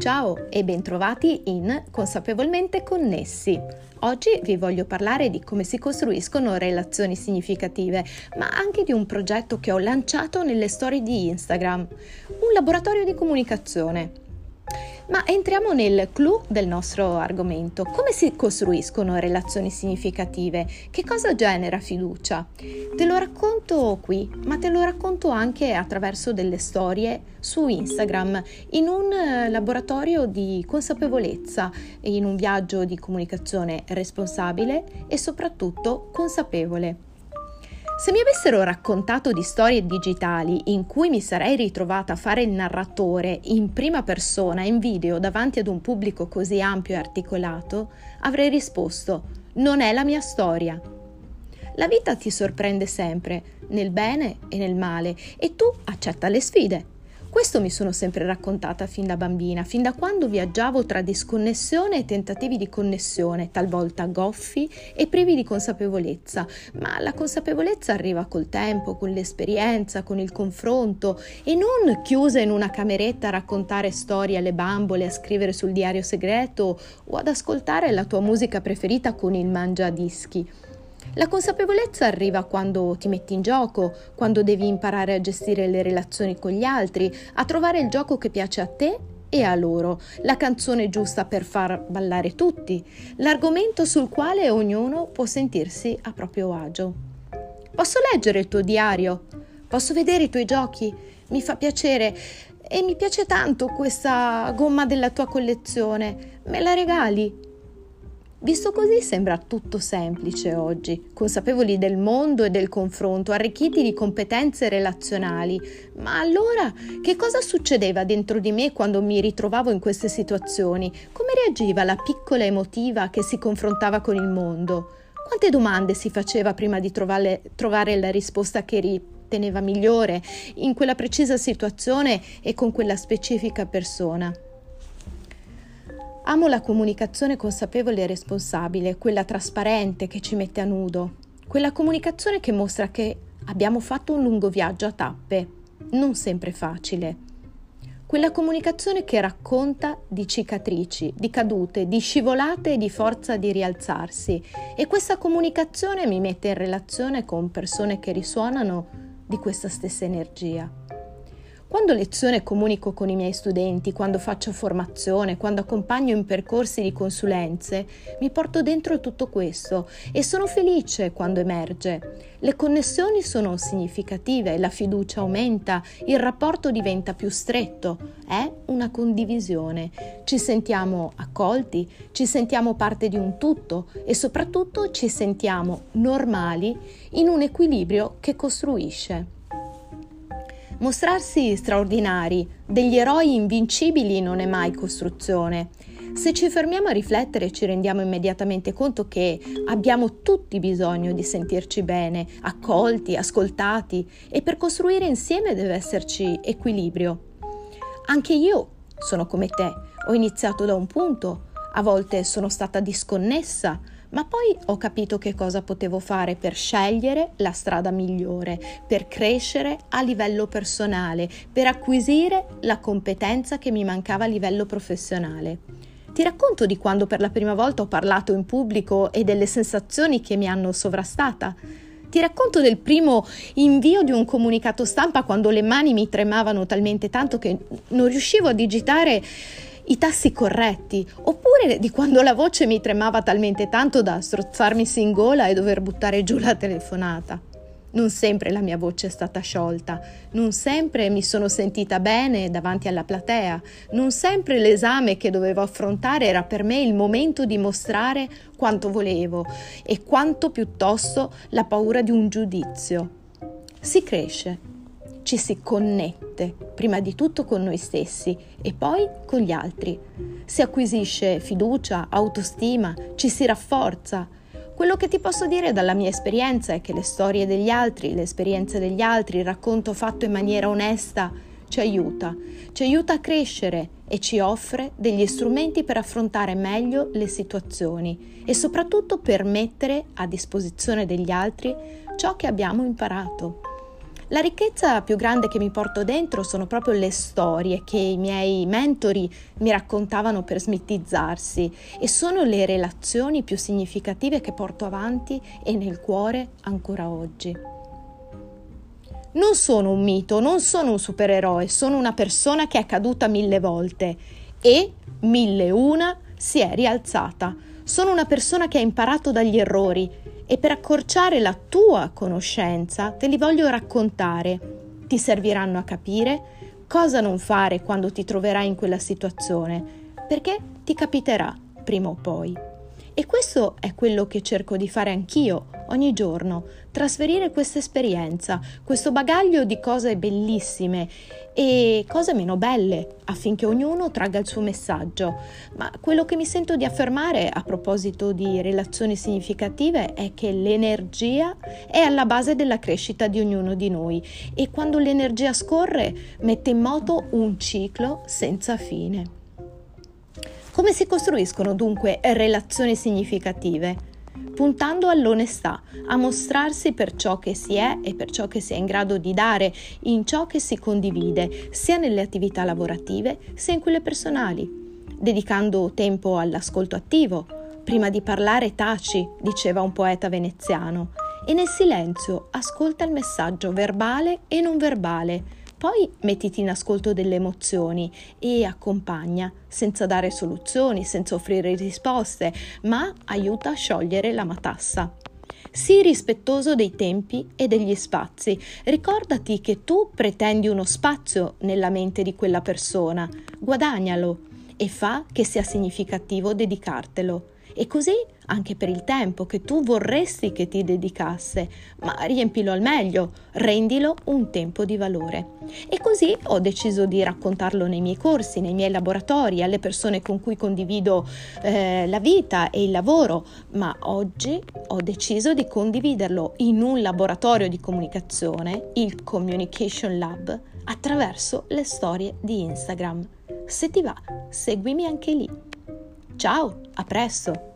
Ciao e bentrovati in Consapevolmente Connessi. Oggi vi voglio parlare di come si costruiscono relazioni significative, ma anche di un progetto che ho lanciato nelle storie di Instagram, un laboratorio di comunicazione. Ma entriamo nel clou del nostro argomento. Come si costruiscono relazioni significative? Che cosa genera fiducia? Te lo racconto qui, ma te lo racconto anche attraverso delle storie su Instagram, in un laboratorio di consapevolezza, in un viaggio di comunicazione responsabile e soprattutto consapevole. Se mi avessero raccontato di storie digitali in cui mi sarei ritrovata a fare il narratore in prima persona, in video, davanti ad un pubblico così ampio e articolato, avrei risposto: non è la mia storia. La vita ti sorprende sempre, nel bene e nel male, e tu accetta le sfide. Questo mi sono sempre raccontata fin da bambina, fin da quando viaggiavo tra disconnessione e tentativi di connessione, talvolta goffi e privi di consapevolezza, ma la consapevolezza arriva col tempo, con l'esperienza, con il confronto e non chiusa in una cameretta a raccontare storie alle bambole, a scrivere sul diario segreto o ad ascoltare la tua musica preferita con il mangiadischi. La consapevolezza arriva quando ti metti in gioco, quando devi imparare a gestire le relazioni con gli altri, a trovare il gioco che piace a te e a loro, la canzone giusta per far ballare tutti, l'argomento sul quale ognuno può sentirsi a proprio agio. Posso leggere il tuo diario? Posso vedere i tuoi giochi? Mi fa piacere e mi piace tanto questa gomma della tua collezione. Me la regali? Visto così sembra tutto semplice oggi, consapevoli del mondo e del confronto, arricchiti di competenze relazionali. Ma allora che cosa succedeva dentro di me quando mi ritrovavo in queste situazioni? Come reagiva la piccola emotiva che si confrontava con il mondo? Quante domande si faceva prima di trovare la risposta che riteneva migliore in quella precisa situazione e con quella specifica persona? Amo la comunicazione consapevole e responsabile, quella trasparente che ci mette a nudo, quella comunicazione che mostra che abbiamo fatto un lungo viaggio a tappe, non sempre facile. Quella comunicazione che racconta di cicatrici, di cadute, di scivolate e di forza di rialzarsi. E questa comunicazione mi mette in relazione con persone che risuonano di questa stessa energia. Quando lezione e comunico con i miei studenti, quando faccio formazione, quando accompagno in percorsi di consulenze, mi porto dentro tutto questo e sono felice quando emerge. Le connessioni sono significative, la fiducia aumenta, il rapporto diventa più stretto, è una condivisione. Ci sentiamo accolti, ci sentiamo parte di un tutto e soprattutto ci sentiamo normali in un equilibrio che costruisce. Mostrarsi straordinari, degli eroi invincibili non è mai costruzione. Se ci fermiamo a riflettere ci rendiamo immediatamente conto che abbiamo tutti bisogno di sentirci bene, accolti, ascoltati e per costruire insieme deve esserci equilibrio. Anche io sono come te, ho iniziato da un punto, a volte sono stata disconnessa, ma poi ho capito che cosa potevo fare per scegliere la strada migliore, per crescere a livello personale, per acquisire la competenza che mi mancava a livello professionale. Ti racconto di quando per la prima volta ho parlato in pubblico e delle sensazioni che mi hanno sovrastata. Ti racconto del primo invio di un comunicato stampa quando le mani mi tremavano talmente tanto che non riuscivo a digitare i tassi corretti, oppure di quando la voce mi tremava talmente tanto da strozzarmi in gola e dover buttare giù la telefonata. Non sempre la mia voce è stata sciolta, non sempre mi sono sentita bene davanti alla platea, non sempre l'esame che dovevo affrontare era per me il momento di mostrare quanto volevo e quanto piuttosto la paura di un giudizio. Si cresce. Ci si connette, prima di tutto con noi stessi e poi con gli altri. Si acquisisce fiducia, autostima, ci si rafforza. Quello che ti posso dire dalla mia esperienza è che le storie degli altri, le esperienze degli altri, il racconto fatto in maniera onesta ci aiuta a crescere e ci offre degli strumenti per affrontare meglio le situazioni e soprattutto per mettere a disposizione degli altri ciò che abbiamo imparato. La ricchezza più grande che mi porto dentro sono proprio le storie che i miei mentori mi raccontavano per smitizzarsi e sono le relazioni più significative che porto avanti e nel cuore ancora oggi. Non sono un mito, non sono un supereroe, sono una persona che è caduta 1000 volte e 1001 si è rialzata. Sono una persona che ha imparato dagli errori e per accorciare la tua conoscenza te li voglio raccontare. Ti serviranno a capire cosa non fare quando ti troverai in quella situazione, perché ti capiterà prima o poi. E questo è quello che cerco di fare anch'io ogni giorno, trasferire questa esperienza, questo bagaglio di cose bellissime e cose meno belle, affinché ognuno tragga il suo messaggio. Ma quello che mi sento di affermare a proposito di relazioni significative è che l'energia è alla base della crescita di ognuno di noi e quando l'energia scorre mette in moto un ciclo senza fine. Come si costruiscono dunque relazioni significative? Puntando all'onestà, a mostrarsi per ciò che si è e per ciò che si è in grado di dare in ciò che si condivide, sia nelle attività lavorative sia in quelle personali, dedicando tempo all'ascolto attivo. Prima di parlare taci, diceva un poeta veneziano, e nel silenzio ascolta il messaggio verbale e non verbale. Poi mettiti in ascolto delle emozioni e accompagna, senza dare soluzioni, senza offrire risposte, ma aiuta a sciogliere la matassa. Sii rispettoso dei tempi e degli spazi. Ricordati che tu pretendi uno spazio nella mente di quella persona. Guadagnalo e fa che sia significativo dedicartelo. E così anche per il tempo che tu vorresti che ti dedicasse, ma riempilo al meglio, rendilo un tempo di valore. E così ho deciso di raccontarlo nei miei corsi, nei miei laboratori, alle persone con cui condivido la vita e il lavoro, ma oggi ho deciso di condividerlo in un laboratorio di comunicazione, il Communication Lab, attraverso le storie di Instagram. Se ti va, seguimi anche lì. Ciao, a presto!